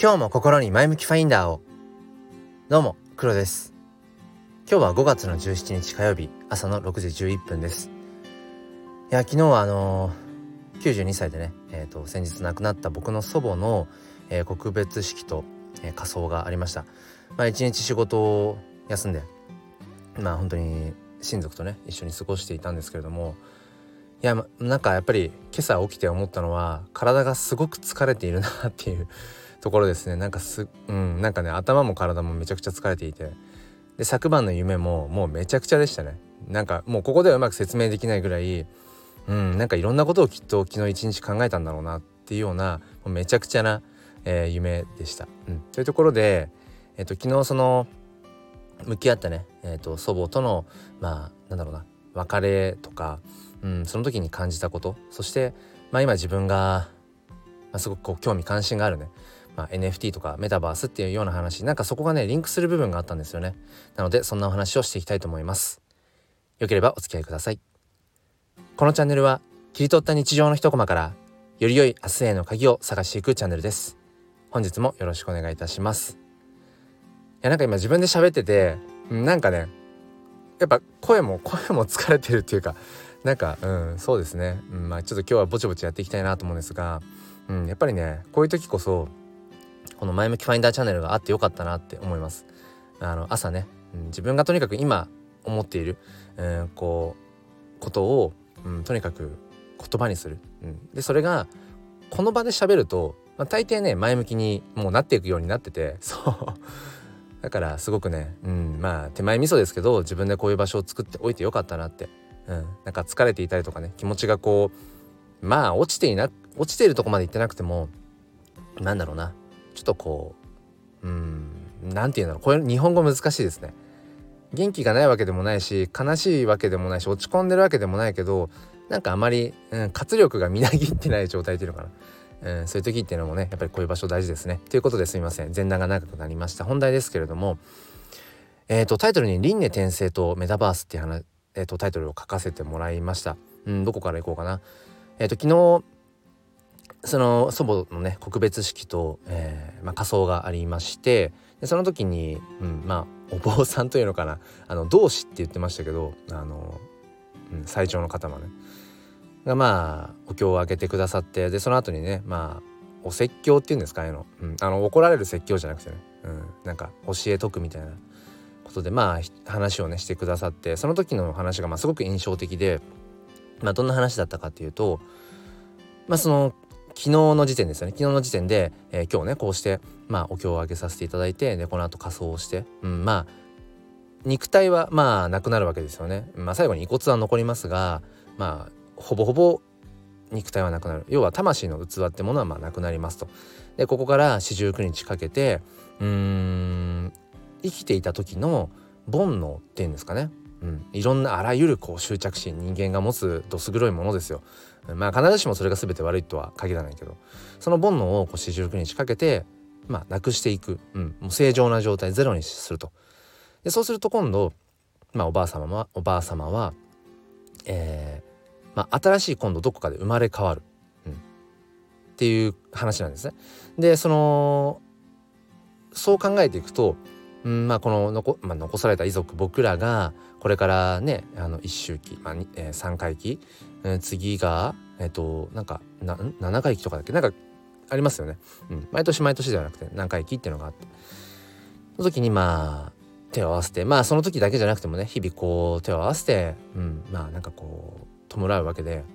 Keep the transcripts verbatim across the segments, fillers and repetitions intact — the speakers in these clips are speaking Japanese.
今日も心に前向きファインダーを。どうも黒です。今日はごがつのじゅうしちにち火曜日、朝のろくじじゅういっぷんです。いや昨日はあのー、きゅうじゅうにさいでね、えー、と先日亡くなった僕の祖母の、えー、告別式と、えー、火葬がありました。まあ一日仕事を休んでまあ本当に親族とね一緒に過ごしていたんですけれども、いやなんかやっぱり今朝起きて思ったのは、体がすごく疲れているなっていうところですね。なんかす、うん、なんかね頭も体もめちゃくちゃ疲れていて、で昨晩の夢ももうめちゃくちゃでしたね。なんかもうここではうまく説明できないぐらい、うん、なんかいろんなことをきっと昨日一日考えたんだろうなっていうようなもうめちゃくちゃな、えー、夢でした、うん、というところで、えー、と昨日その向き合ったね、えー、と祖母とのまあなんだろうな別れとか、うん、その時に感じたこと、そして、まあ、今自分が、まあ、すごくこう興味関心があるね、まあ、エヌエフティー とかメタバースっていうような話、なんかそこがねリンクする部分があったんですよね。なのでそんなお話をしていきたいと思います。よければお付き合いください。このチャンネルは切り取った日常の一コマからより良い明日への鍵を探していくチャンネルです。本日もよろしくお願いいたします。いやなんか今自分で喋ってて、なんかねやっぱ声も声も疲れてるっていうか、なんかうんそうですね、うん、まあちょっと今日はぼちぼちやっていきたいなと思うんですが、うん、やっぱりねこういう時こそこの前向きファインダーチャンネルがあってよかったなって思います。あの朝ね、うん、自分がとにかく今思っている、うん、こうことを、うん、とにかく言葉にする、うん、でそれがこの場で喋ると、まあ、大抵ね前向きにもうなっていくようになってて、そうだからすごくね、うん、まあ手前味噌ですけど自分でこういう場所を作っておいてよかったなって、うん、なんか疲れていたりとかね気持ちがこうまあ落ちていな落ちているとこまで行ってなくても、なんだろうなちょっとこううんなんていうんだろう、これ日本語難しいですね。元気がないわけでもないし悲しいわけでもないし落ち込んでるわけでもないけど、なんかあまり、うん、活力がみなぎってない状態っていうのかな、うん、そういう時っていうのもねやっぱりこういう場所大事ですね。ということですみません前段が長くなりました。本題ですけれども、えーとタイトルに輪廻転生とメタバースっていう話、えーとタイトルを書かせてもらいました。うん、どこからいこうかな。えーと昨日その祖母のね告別式と、えーまあ、火葬がありまして、でその時に、うん、まあお坊さんというのかな、あの道士って言ってましたけど、あの、うん、最長の方もねがまあお経をあげてくださって、でその後にねまあお説教っていうんですかねの、うん、あの怒られる説教じゃなくてね、うん、なんか教え解くみたいなことでまあ話をねしてくださって、その時の話がまあすごく印象的で、まあどんな話だったかっていうと、まあその昨日の時点ですよね昨日の時点で、えー、今日ねこうしてまあお経をあげさせていただいて、でこの後火葬をして、うん、まあ肉体はまあなくなるわけですよね。まあ最後に遺骨は残りますが、まあほぼほぼ肉体はなくなる、要は魂の器ってものはまあなくなりますと。でここから四十九日かけてうーん生きていた時の煩悩っていうんですかね、うん、いろんなあらゆるこう執着心、人間が持つどす黒いものですよ。まあ必ずしもそれが全て悪いとは限らないけど、その煩悩をこう四十九日かけてまあなくしていく、うん、もう正常な状態ゼロにすると。でそうすると今度、まあ、おばあ様はおばあ様は、えーまあ、新しい今度どこかで生まれ変わる、うん、っていう話なんですね。でそのそう考えていくと、うんまあ、この残、まあ、残された遺族僕らがこれからねあの一周期、まあえー、さんかいき、えー、次がえっ、ー、となんかなななかいきとかだっけなんかありますよね、うん、毎年毎年ではなくて何回忌っていうのがあって、その時にまあ手を合わせて、まあその時だけじゃなくてもね日々こう手を合わせて、うん、まあなんかこう弔うわけで、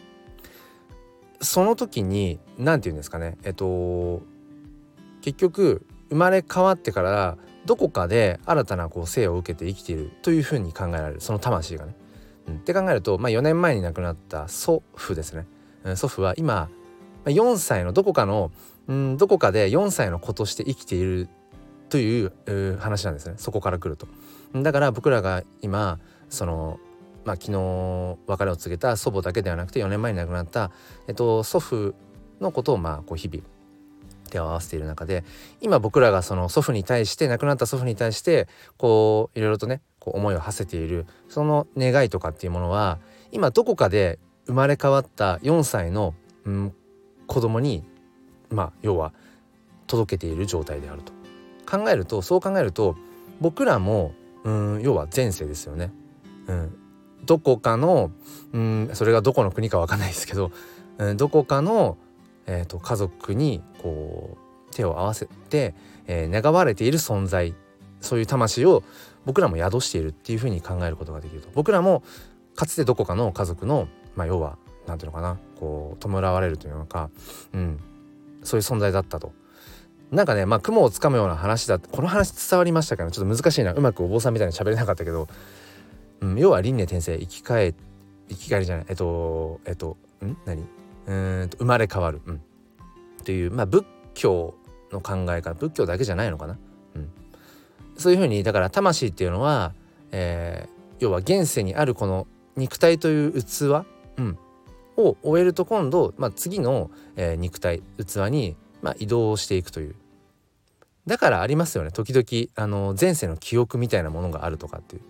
その時に何て言うんですかねえっと結局生まれ変わってからどこかで新たなこう生を受けて生きているというふうに考えられる、その魂がね、うん、って考えると、まあ、よねんまえに亡くなった祖父ですね、うん、祖父は今よんさいのどこかの、うん、どこかでよんさいの子として生きているという話なんですね。そこから来ると。だから僕らが今そのまあ昨日別れを告げた祖母だけではなくてよねんまえに亡くなった、えっと、祖父のことをまあこう日々手を合わせている中で、今僕らがその祖父に対して亡くなった祖父に対してこういろいろとねこう思いを馳せているその願いとかっていうものは今どこかで生まれ変わったよんさいの、うん、子供にまあ要は届けている状態であると考えるとそう考えると僕らもうん要は前世ですよね。うん、どこかのうんそれがどこの国か分かんないですけど、うん、どこかの、えーと、家族にこう手を合わせて、えー、願われている存在そういう魂を僕らも宿しているっていうふうに考えることができると。僕らもかつてどこかの家族の、まあ、要はなんていうのかなこう弔われるというのか、うん、そういう存在だったと。なんかねまあ雲をつかむような話だこの話伝わりましたかね。ちょっと難しいなうまくお坊さんみたいに喋れなかったけど、うん、要は輪廻転生生き返生き返りじゃないえっとえっとん何うーんと生まれ変わる、うん、というまあ仏教の考え方仏教だけじゃないのかな、うん、そういうふうにだから魂っていうのは、えー、要は現世にあるこの肉体という器、うん、を終えると今度、まあ、次の、えー、肉体器に、まあ、移動していくという。だからありますよね時々あの前世の記憶みたいなものがあるとかっていう、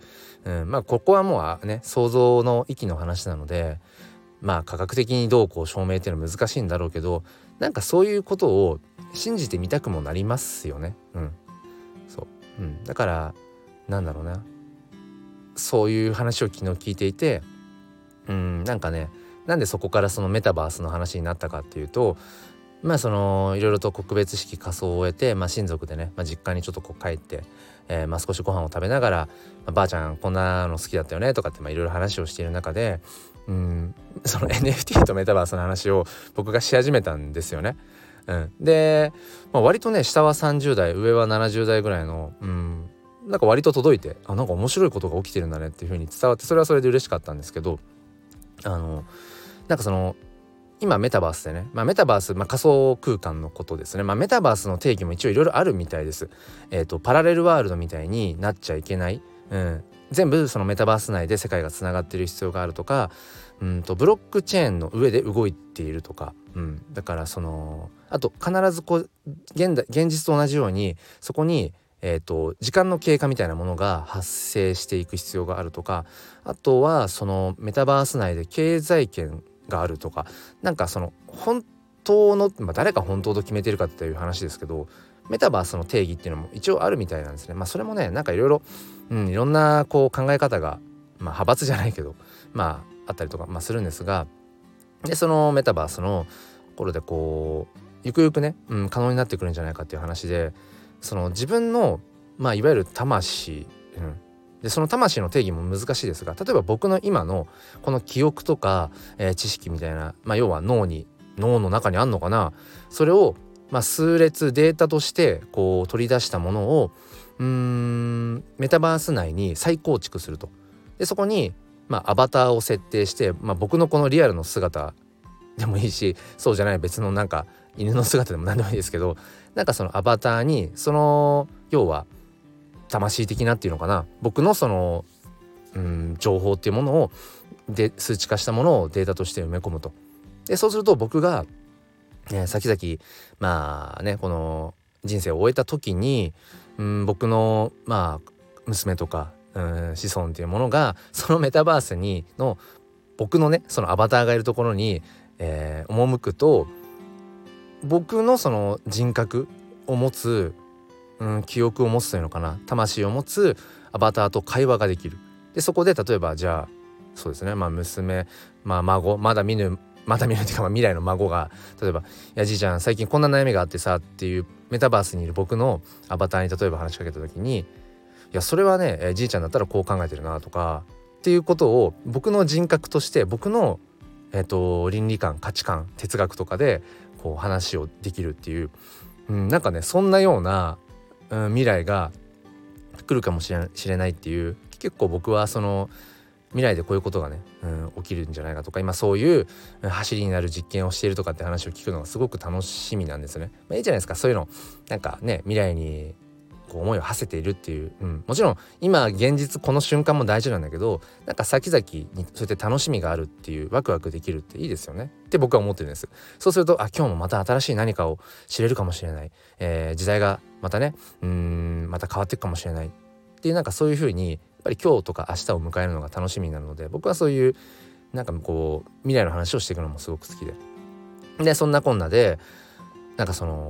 うん、まあここはもうね想像の域の話なのでまあ科学的にどうこう証明っていうのは難しいんだろうけどなんかそういうことを信じてみたくもなりますよね。うんそう、うん、だからなんだろうなそういう話を昨日聞いていてうんなんかねなんでそこからそのメタバースの話になったかっていうとまあそのいろいろと告別式仮装を終えて、まあ、親族でね、まあ、実家にちょっとこう帰って、えーまあ、少しご飯を食べながら、まあ、ばあちゃんこんなの好きだったよねとかっていろいろ話をしている中でうんその エヌエフティー とメタバースの話を僕がし始めたんですよね。うん、で、まあ、割とね下はさんじゅう代上はななじゅう代ぐらいのうんなんか割と届いてあなんか面白いことが起きてるんだねっていう風に伝わってそれはそれで嬉しかったんですけどあのなんかその今メタバースでね、まあ、メタバース、まあ、仮想空間のことですね、まあ、メタバースの定義も一応いろいろあるみたいです。えーと、パラレルワールドみたいになっちゃいけない、うん、全部そのメタバース内で世界がつながっている必要があるとかうんとブロックチェーンの上で動いているとか、うん、だからそのあと必ずこう 現, 現実と同じようにそこにえーと、時間の経過みたいなものが発生していく必要があるとかあとはそのメタバース内で経済圏があるとかなんかその本当の、まあ、誰が本当と決めてるかっていう話ですけどメタバースの定義っていうのも一応あるみたいなんですね。まあそれもねなんかいろいろいろんなこう考え方が、まあ、派閥じゃないけどまああったりとか、まあ、するんですがでそのメタバースのところでこうゆくゆくね、うん、可能になってくるんじゃないかっていう話でその自分のまあいわゆる魂、うん、でその魂の定義も難しいですが例えば僕の今のこの記憶とか、えー、知識みたいな、まあ、要は脳に脳の中にあんのかなそれを、まあ、数列データとしてこう取り出したものをうーんメタバース内に再構築すると。でそこに、まあ、アバターを設定して、まあ、僕のこのリアルの姿でもいいしそうじゃない別のなんか犬の姿でも何でもいいですけどなんかそのアバターにその要は魂的なっていうのかな僕のそのうん情報っていうものをで数値化したものをデータとして埋め込むと。でそうすると僕が、ね、先々まあねこの人生を終えた時にうん僕のまあ娘とかうん子孫っていうものがそのメタバースにの僕のねそのアバターがいるところに、えー、赴くと僕のその人格を持つ、うん、記憶を持つというのかな魂を持つアバターと会話ができる。でそこで例えばじゃあそうですねまあ娘まあ孫まだ見ぬまだ見ぬっていうか、まあ、未来の孫が例えば「いやじいちゃん最近こんな悩みがあってさ」っていうメタバースにいる僕のアバターに例えば話しかけた時に「いやそれはね、えー、じいちゃんだったらこう考えてるな」とかっていうことを僕の人格として僕の、えーと、倫理観価値観哲学とかでこう話をできるっていう、うん、なんかねそんなような、うん、未来が来るかもしれ、しれないっていう結構僕はその未来でこういうことがね、うん、起きるんじゃないかとか今そういう走りになる実験をしているとかって話を聞くのがすごく楽しみなんですよね。まあ、いいじゃないですかそういうのなんかね未来にこう思いを馳せているっていう、うん、もちろん今現実この瞬間も大事なんだけどなんか先々にそうやって楽しみがあるっていうワクワクできるっていいですよねって僕は思ってるんです。そうするとあ今日もまた新しい何かを知れるかもしれない、えー、時代がまたねうーんまた変わっていくかもしれないっていうなんかそういう風にやっぱり今日とか明日を迎えるのが楽しみになるので僕はそういうなんかこう未来の話をしていくのもすごく好きででそんなこんなでなんかその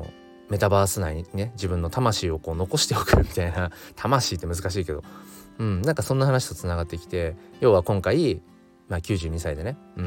メタバース内にね自分の魂をこう残しておくみたいな魂って難しいけど、うん、なんかそんな話とつながってきて、要は今回、まあ、きゅうじゅうにさいでねうん、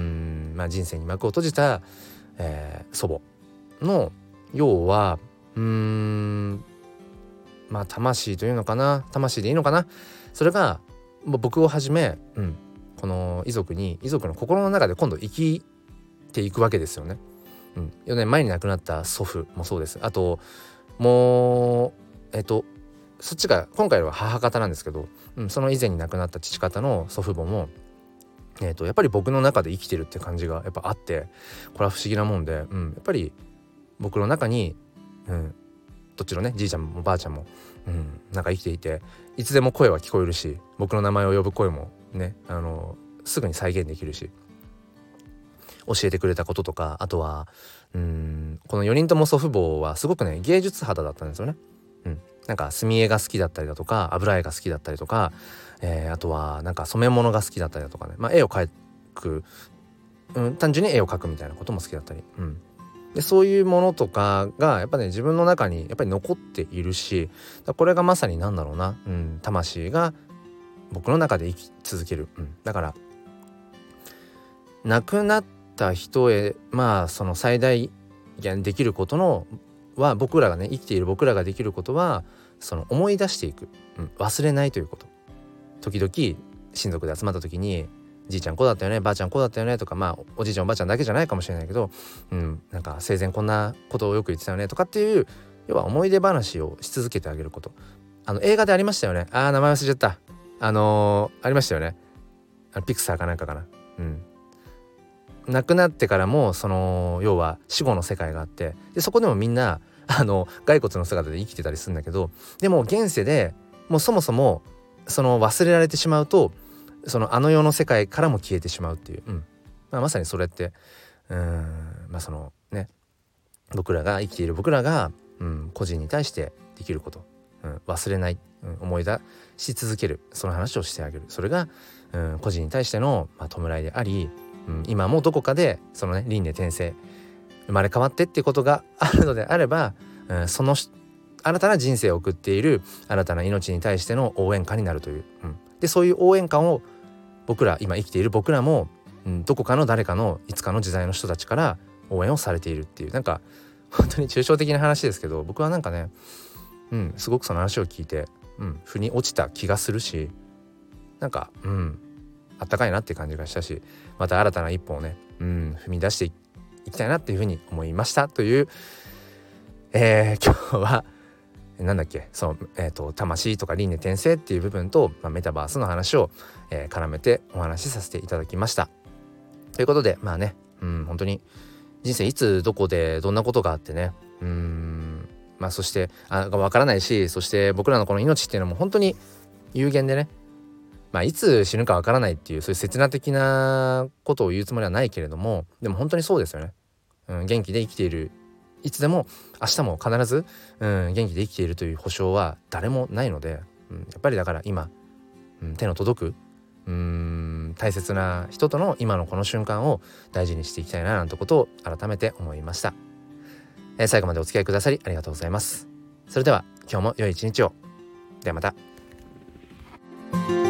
まあ、人生に幕を閉じた、えー、祖母の要はうーんまあ魂というのかな、魂でいいのかな、それが僕をはじめ、うん、この遺族に遺族の心の中で今度生きていくわけですよね。うん、よねんまえに亡くなった祖父もそうです。あともうえっとそっちが今回は母方なんですけど、うん、その以前に亡くなった父方の祖父母も、えっと、やっぱり僕の中で生きてるって感じがやっぱあって、これは不思議なもんで、うん、やっぱり僕の中に、うん、どっちのねじいちゃんもばあちゃんも、うん、なんか生きていて、いつでも声は聞こえるし、僕の名前を呼ぶ声もねあのすぐに再現できるし、教えてくれたこととか、あとはうーんこのよにんとも祖父母はすごくね芸術肌だったんですよね。うん、なんか墨絵が好きだったりだとか、油絵が好きだったりとか、えー、あとはなんか染め物が好きだったりだとかね、まあ、絵を描く、うん、単純に絵を描くみたいなことも好きだったり、うん、でそういうものとかがやっぱね自分の中にやっぱり残っているし、これがまさになんだろうな、うん、魂が僕の中で生き続ける、うん、だから亡くなった人へまあその最大限できることのは僕らがね生きている僕らができることはその思い出していく、うん、忘れないということ。時々親族で集まった時にじいちゃんこうだったよね、ばあちゃんこうだったよねとか、まあおじいちゃんおばあちゃんだけじゃないかもしれないけど、うん、なんか生前こんなことをよく言ってたよねとかっていう、要は思い出話をし続けてあげること。あの映画でありましたよね、あー名前忘れちゃった、あのー、ありましたよね、あのピクサーかなんかかな、うん亡くなってからもその要は死後の世界があって、でそこでもみんなあの骸骨の姿で生きてたりするんだけど、でも現世でもうそもそもその忘れられてしまうと、そのあの世の世界からも消えてしまうっていう、うんまあ、まさにそれってうーんまあそのね僕らが生きている僕らが、うん、個人に対してできること、うん、忘れない、うん、思い出し続ける、その話をしてあげる、それが、うん、個人に対しての、まあ、弔いであり、うん、今もどこかでそのね輪廻転生生まれ変わってっていうことがあるのであれば、うん、その新たな人生を送っている新たな命に対しての応援歌になるという、うん、でそういう応援歌を僕ら今生きている僕らも、うん、どこかの誰かのいつかの時代の人たちから応援をされているっていう、なんか本当に抽象的な話ですけど、僕はなんかね、うん、すごくその話を聞いて、うん、腑に落ちた気がするし、なんかうんあったかいなっていう感じがしたし、また新たな一歩をね、うん、踏み出していきたいなっていうふうに思いましたという、えー、今日はなんだっけその、えーと、魂とか輪廻転生っていう部分と、まあ、メタバースの話を、えー、絡めてお話しさせていただきました。ということでまあね、うん、本当に人生いつどこでどんなことがあってね、うーんまあそしてあがわからないし、そして僕らのこの命っていうのも本当に有限でね、まあいつ死ぬかわからないっていうそういう切な的なことを言うつもりはないけれども、でも本当にそうですよね、うん、元気で生きている、いつでも明日も必ず、うん、元気で生きているという保証は誰もないので、うん、やっぱりだから今、うん、手の届くうーん大切な人との今のこの瞬間を大事にしていきたいななんてことを改めて思いました。えー、最後までお付き合いくださりありがとうございます。それでは今日も良い一日を。ではまた。